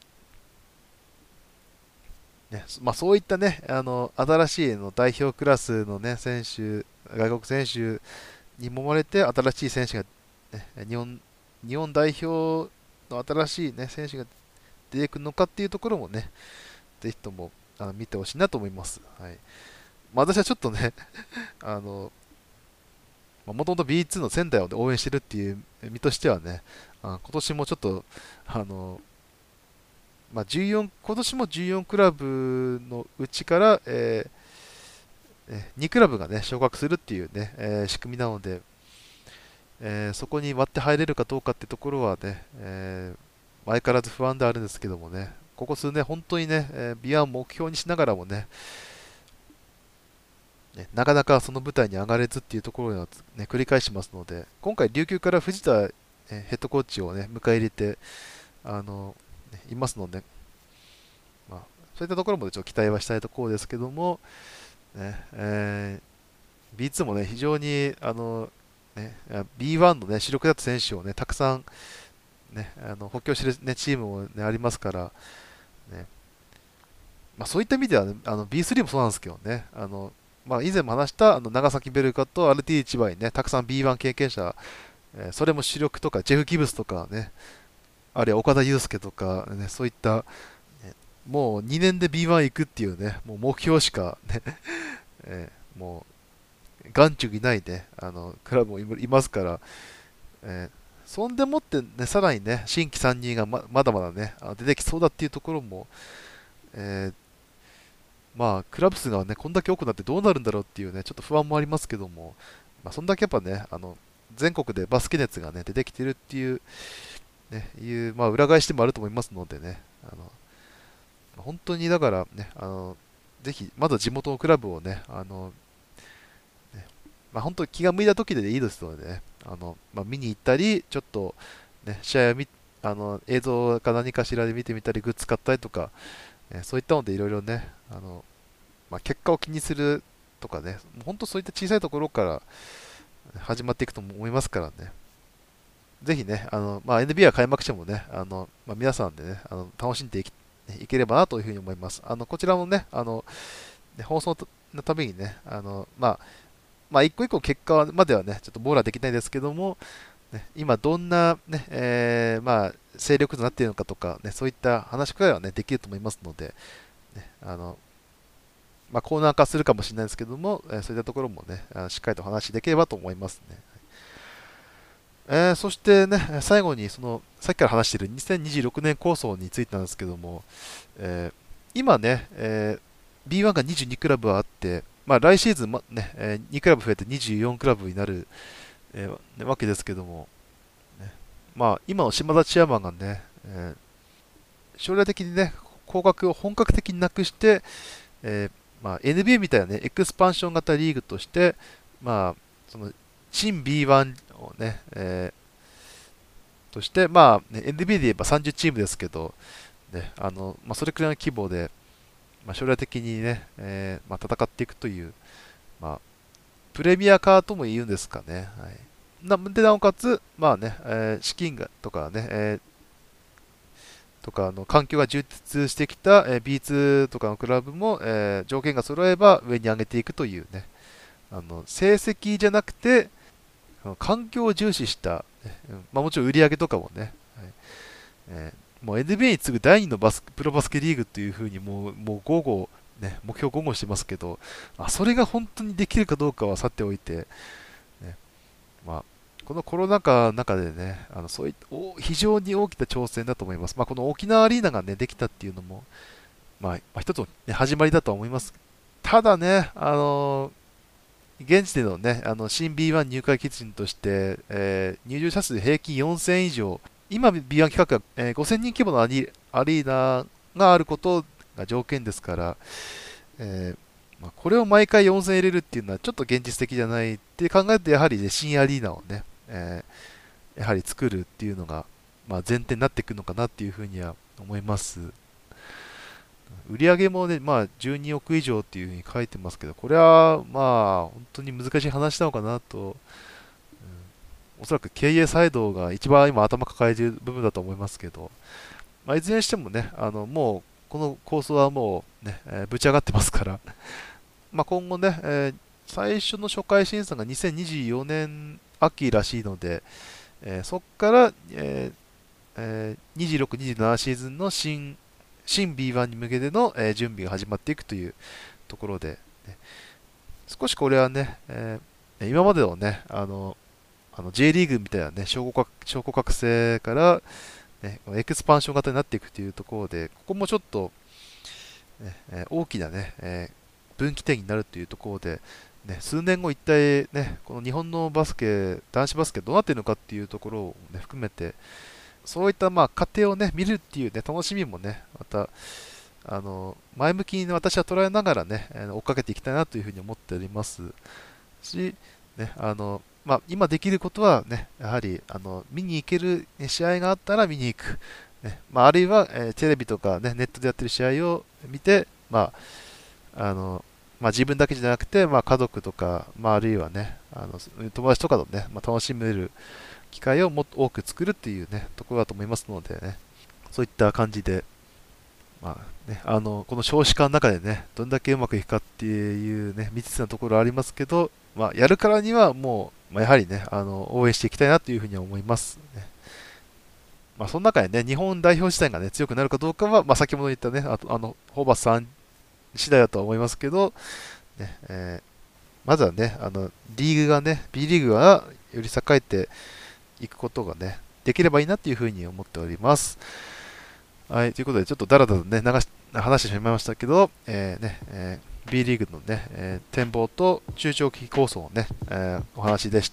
ねまあ、そういったね、あの新しいの代表クラスの、ね、選手、外国選手に揉まれて、新しい選手が、ね、日本日本代表の新しい、ね、選手が出てくるのかっていうところもね、ぜひともあの見てほしいなと思います。はい。まあ、私はちょっとね、あのもともと ビーツー の仙台を応援してるっていう身としてはね、あ今年もちょっと、あのまあ、じゅうよん今年もじゅうよんクラブのうちから、えーえにクラブがね昇格するっていうね、えー仕組みなので、えーそこに割って入れるかどうかってところはね、えー相変わらず不安であるんですけどもね、ここ数年、本当にね、えー、ビアン目標にしながらもね、ねなかなかその舞台に上がれずっていうところを、ね、繰り返しますので、今回、琉球から藤田、えーヘッドコーチを、ね、迎え入れてあの、ねいますので、まあ、そういったところもちょっと期待はしたいところですけども、ねえー、ビーツー もね、非常にあの、ね、ビーワン の、ね、主力だった選手を、ね、たくさん、ね、あの補強してる、ね、チームも、ね、ありますから、ねまあ、そういった意味では、ね、あの ビースリー もそうなんですけどね、あのまあ、以前も話したあの長崎ベルカと アールティー 千葉に、ね、たくさん ビーワン 経験者、えーそれも主力とか、ジェフ・ギブスとかね、あるいは岡田祐介とか、ね、そういった、ねもうにねんで ビーワン 行くっていうね、もう目標しかね、えーもう眼中にないね、あのクラブもいますから、えーそんでもってね、さらにね、新規さんにんがままだまだね、あ出てきそうだっていうところも、えーまあ、クラブ数がね、こんだけ多くなってどうなるんだろうっていうね、ちょっと不安もありますけども、まあ、そんだけやっぱね、あの全国でバスケ熱がね、出てきてるっていう、ね、いう、まあ、裏返しでもあると思いますのでね、あの本当にだからね、あのぜひ、まずは地元のクラブをね、あのねまあ、本当に気が向いた時でいいですのでね、あのまあ、見に行ったり、ちょっと、ね、試合を見あの映像か何かしらで見てみたり、グッズ買ったりとか、ねそういったのでいろいろね、あのまあ、結果を気にするとかね、本当そういった小さいところから始まっていくと思いますからね、ぜひね、あのまあ、エヌビーエー は開幕してもね、あのまあ、皆さんでね、あの楽しんでいきいければなというふうに思います。あのこちらもね、あのね放送のためにね、あのまあ、まあ、一個一個結果まではね、ちょっと網羅できないですけども、ね、今どんな、ねえーまあ、勢力となっているのかとか、ね、そういった話くらいは、ね、できると思いますので、ね、あのまあ、コーナー化するかもしれないですけども、えーそういったところもね、あのしっかりと話できればと思いますね。えーそしてね、最後にそのさっきから話しているにせんにじゅうろくねん構想についてなんですけども、えー今ね、えー ビーワン がにじゅうにクラブあって、まあ、来シーズン、まねえーにクラブ増えてにじゅうよんクラブになる、えーねわけですけども、ねまあ、今の島田チェアマンがね、えー将来的にね、降格を本格的になくして、えーまあ、エヌビーエー みたいなね、エクスパンション型リーグとして、まあ、その、新 ビーワン をね、えーとして、まあ、ね、エヌビーエー で言えばさんじゅうチームですけど、ね、あの、まあ、それくらいの規模で、 まあ、将来的にね、えーまあ、戦っていくという、まあ、プレミア化とも言うんですかね。はい、なでなおかつ、まあね、えー資金がとかね、えーとかあの環境が充実してきた、えー、ビーツー とかのクラブも、えー条件が揃えば上に上げていくというね、あの成績じゃなくて、あの環境を重視した、ねうんまあ、もちろん売り上げとかもね、はいえーもう エヌビーエー に次ぐだいにのバスプロバスケリーグというふうにもう、もう午後、ね、目標午後してますけど、あ、それが本当にできるかどうかはさておいて、ねまあ、このコロナ禍の中でね、あのそういったお非常に大きな挑戦だと思います。まあ、この沖縄アリーナが、ね、できたっていうのも、まあ、まあ、一つの、ね、始まりだとは思います。ただね、あのー現地でのね、あの新 ビーワン 入会基準として、えー入場者数平均よんせん以上、今 ビーワン 企画が、えーごせんにん規模のアリアリーナがあることが条件ですから、えーまあ、これを毎回よんせん入れるっていうのはちょっと現実的じゃないって考えると、やはり、ね、新アリーナをね、えーやはり作るっていうのが、まあ、前提になってくるのかなっていうふうには思います。売上もね、まあ、じゅうにおく以上っていうふうに書いてますけど、これはまあ、本当に難しい話なのかなと、うんおそらく経営サイドが一番今頭抱えている部分だと思いますけど、まあ、いずれにしてもね、あのもうこの構想はもうね、えーぶち上がってますからまあ今後ね、えー最初の初回審査がにせんにじゅうよねん秋らしいので、えーそこから、えーえーにじゅうろく、にじゅうななシーズンの新新 ビーワン に向けての、えー準備が始まっていくというところで、ね少しこれはね、えー今までのね、あの、あの J リーグみたいなね、小互角小互角性から、ね、エクスパンション型になっていくというところで、ここもちょっと、ねえー大きなね、えー分岐点になるというところで、ね、数年後一体ね、この日本のバスケ、男子バスケどうなっているのかっていうところを、ね、含めて、そういったまあ過程をね、見るっていうね、楽しみもね、また、あの、前向きに私は捉えながらね、えー追っかけていきたいなというふうに思っておりますし、ね、あの、まあ、今できることはね、やはり、あの、見に行けるね試合があったら見に行く。ね、まあ、あるいは、えーテレビとかね、ネットでやってる試合を見て、まあ、あの、まあ、自分だけじゃなくて、まあ、家族とか、まあ、あるいはね、あの友達とかとね、まあ、楽しめる機会をもっと多く作るっていうね、ところだと思いますのでね、そういった感じで、まあね、あのこの少子化の中でね、どんだけうまくいくかっていうね、未知なところありますけど、まあ、やるからにはもう、まあ、やはりね、あの応援していきたいなというふうには思います、ね。まあ、その中でね、日本代表自体がね、強くなるかどうかは、まあ、先ほど言ったね、あとあのホーバスさん次第だとは思いますけど、ねえーまずはね、あのリーグがね、B リーグがより栄えていくことがね、できればいいなっていうふうに思っております。はい、ということで、ちょっとだらだらね、流し、話してしまいましたけど、えーね、えー B リーグのね、えー展望と中長期構想のね、えーお話でした。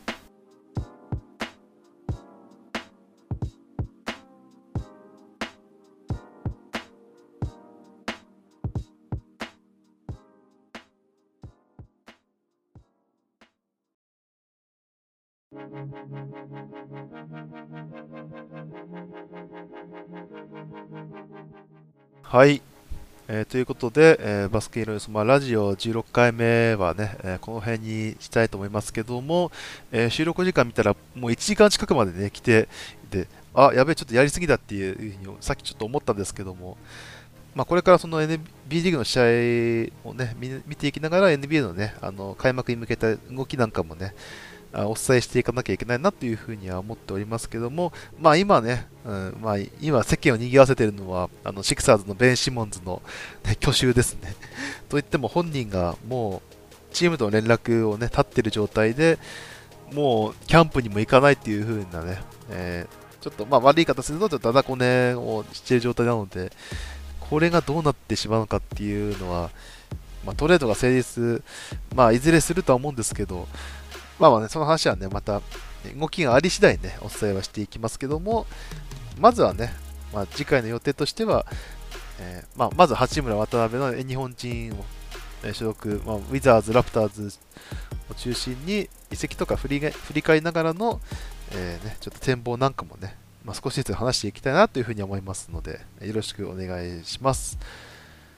はい、えーということで、えーバスケイロイス、まあ、ラジオじゅうろっかいめはね、えーこの辺にしたいと思いますけども、えー収録時間見たらもういちじかん近くまでね、来て、で、あ、やべえ、ちょっとやりすぎだっていうふうにさっきちょっと思ったんですけども、まあ、これからその エヌビー リーグの試合をね、見見ていきながら エヌビーエー のね、あの開幕に向けた動きなんかもね、あお伝えしていかなきゃいけないなというふうには思っておりますけども、まあ今ね、うんまあ、今世間を賑わせているのは、あのシクサーズのベン・シモンズの、ね、去就ですね。といっても本人がもうチームとの連絡をね、立っている状態で、もうキャンプにも行かないっていう風なね、えーちょっとまあ悪い言い方すると、ちょっとダダこねをしている状態なので、これがどうなってしまうのかっていうのは、まあ、トレードが成立、まあ、いずれするとは思うんですけど、まあまあね、その話はね、また、ね動きがあり次第ね、お伝えはしていきますけども、まずはね、まあ、次回の予定としては、えーまあ、まず八村渡辺の日本人をえー所属、まあ、ウィザーズ、ラプターズを中心に移籍とか振りが振り返りながらの、えーね、ちょっと展望なんかもね、まあ、少しずつ話していきたいなというふうに思いますので、よろしくお願いします。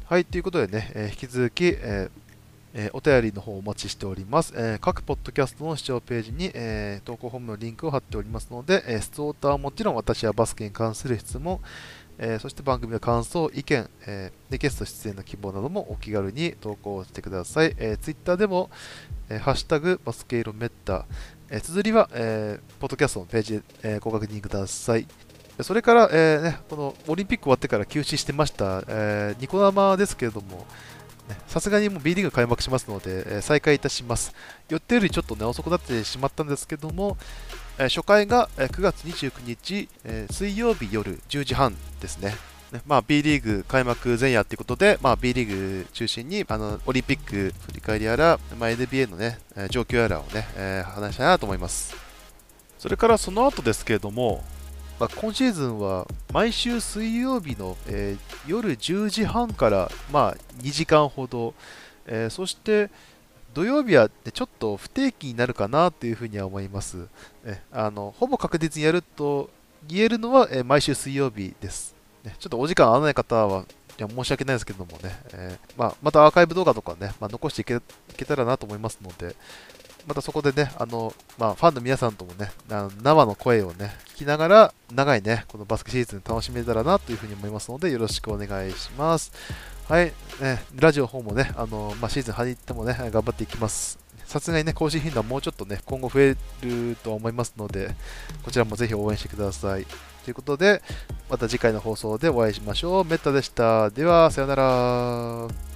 はい、ということでね、えー引き続き、えーえーお便りの方お待ちしております。えー各ポッドキャストの視聴ページに、えー投稿フォームのリンクを貼っておりますので、えー、ストーターはもちろん私はバスケに関する質問、えーそして番組の感想、意見、えーでゲスト出演の希望などもお気軽に投稿してください。えー、Twitter でも、えーハッシュタグバスケ色メッタ、えー綴りは、えーポッドキャストのページで、えーご確認ください。それから、えーね、このオリンピック終わってから休止してました、えーニコ生ですけれども、さすがにもう B リーグ開幕しますので、えー再開いたします。予定よりちょっとね、遅くなってしまったんですけども、えー初回がえーくがつにじゅうくにち、えー水曜日夜じゅうじはんですね。ねまあ、B リーグ開幕前夜ということで、まあ、B リーグ中心にあのオリンピック振り返りやら、まあ、エヌビーエー の、ね、えー状況やらをね、えー話したいなと思います。それからその後ですけれども、まあ、今シーズンは毎週水曜日の、えー夜じゅうじはんから、まあ、にじかんほど、えーそして土曜日は、ね、ちょっと不定期になるかなというふうには思います。えあのほぼ確実にやると言えるのは、えー毎週水曜日です、ね。ちょっとお時間合わない方はいや申し訳ないですけどもね、えーまあ、またアーカイブ動画とかね、まあ、残していけいけたらなと思いますので、またそこでね、あの、まあ、ファンの皆さんともね、あの生の声をね、聞きながら、長いね、このバスケシーズン楽しめたらなというふうに思いますので、よろしくお願いします。はい、ね、ラジオの方もね、あの、まあ、シーズン入ってもね、頑張っていきます。さすがにね、更新頻度はもうちょっとね、今後増えるとは思いますので、こちらもぜひ応援してください。ということで、また次回の放送でお会いしましょう。メッタでした。では、さようなら。